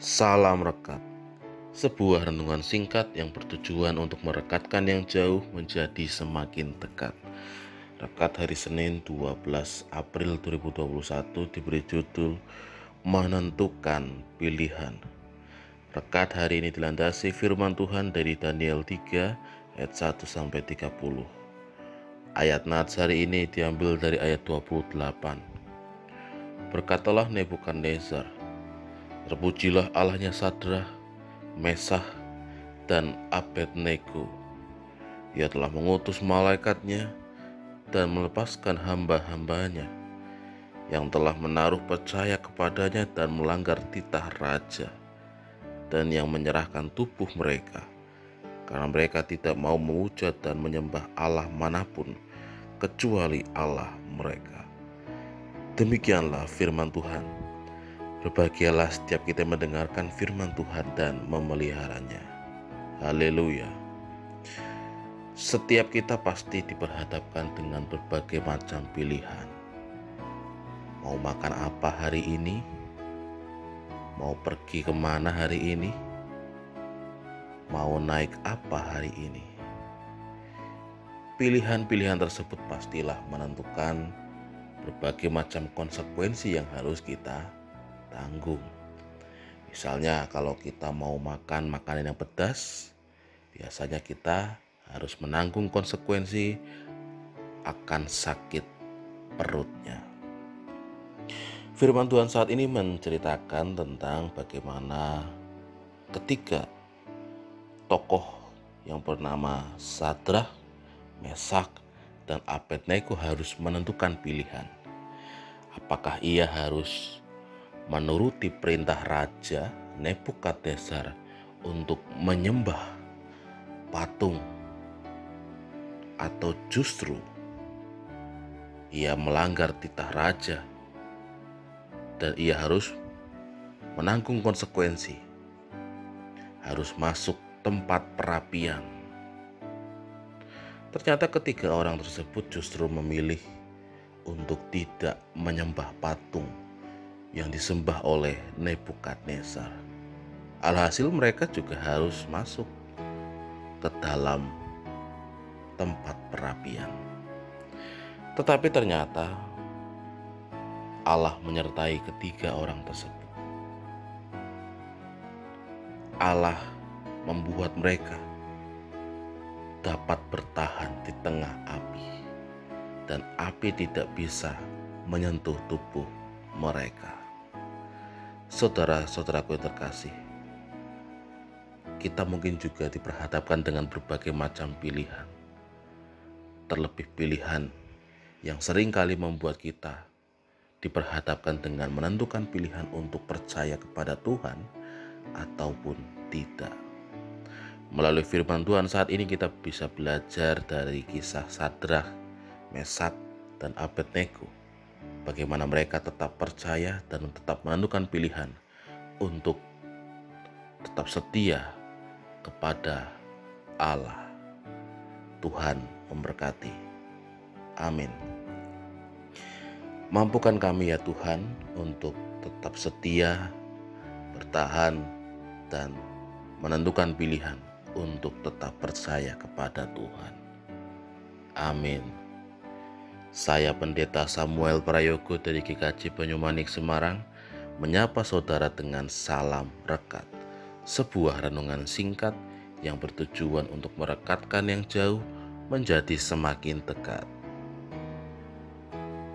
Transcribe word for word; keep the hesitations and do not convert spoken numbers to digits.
Salam Rekat, sebuah renungan singkat yang bertujuan untuk merekatkan yang jauh menjadi semakin dekat. Rekat hari Senin dua belas April dua ribu dua puluh satu diberi judul Menentukan Pilihan. Rekat hari ini dilandasi firman Tuhan dari Daniel tiga ayat satu sampai tiga puluh. Ayat nats hari ini diambil dari ayat dua puluh delapan. Berkatalah Nebukadnezar, terpujilah Allahnya Sadrah, Mesah, dan Abednego. Ia telah mengutus malaikatnya dan melepaskan hamba-hambanya yang telah menaruh percaya kepadanya dan melanggar titah raja, dan yang menyerahkan tubuh mereka karena mereka tidak mau memuja dan menyembah Allah manapun kecuali Allah mereka. Demikianlah firman Tuhan. Berbahagialah setiap kita mendengarkan firman Tuhan dan memeliharanya. Haleluya. Setiap kita pasti diperhadapkan dengan berbagai macam pilihan. Mau makan apa hari ini? Mau pergi kemana hari ini? Mau naik apa hari ini? Pilihan-pilihan tersebut pastilah menentukan berbagai macam konsekuensi yang harus kita tanggung. Misalnya kalau kita mau makan makanan yang pedas, biasanya kita harus menanggung konsekuensi akan sakit perutnya. Firman Tuhan saat ini menceritakan tentang bagaimana ketiga tokoh yang bernama Sadrah, Mesak, dan Abednego harus menentukan pilihan. Apakah ia harus menuruti perintah Raja Nebukadnezar untuk menyembah patung, atau justru ia melanggar titah raja dan ia harus menanggung konsekuensi, harus masuk tempat perapian. Ternyata ketiga orang tersebut justru memilih untuk tidak menyembah patung yang disembah oleh Nebukadnezar. Alhasil mereka juga harus masuk ke dalam tempat perapian. Tetapi ternyata Allah menyertai ketiga orang tersebut. Allah membuat mereka dapat bertahan di tengah api, dan api tidak bisa menyentuh tubuh mereka. Saudara-saudaraku yang terkasih, kita mungkin juga diperhadapkan dengan berbagai macam pilihan. Terlebih pilihan yang seringkali membuat kita diperhadapkan dengan menentukan pilihan untuk percaya kepada Tuhan ataupun tidak. Melalui firman Tuhan saat ini kita bisa belajar dari kisah Sadrah, Mesak, dan Abednego, bagaimana mereka tetap percaya dan tetap menentukan pilihan untuk tetap setia kepada Allah. Tuhan memberkati. Amin. Mampukan kami ya Tuhan untuk tetap setia, bertahan, dan menentukan pilihan untuk tetap percaya kepada Tuhan. Amin. Saya Pendeta Samuel Prayogo dari G K J Banyumanik Semarang menyapa saudara dengan salam rekat, sebuah renungan singkat yang bertujuan untuk merekatkan yang jauh menjadi semakin dekat.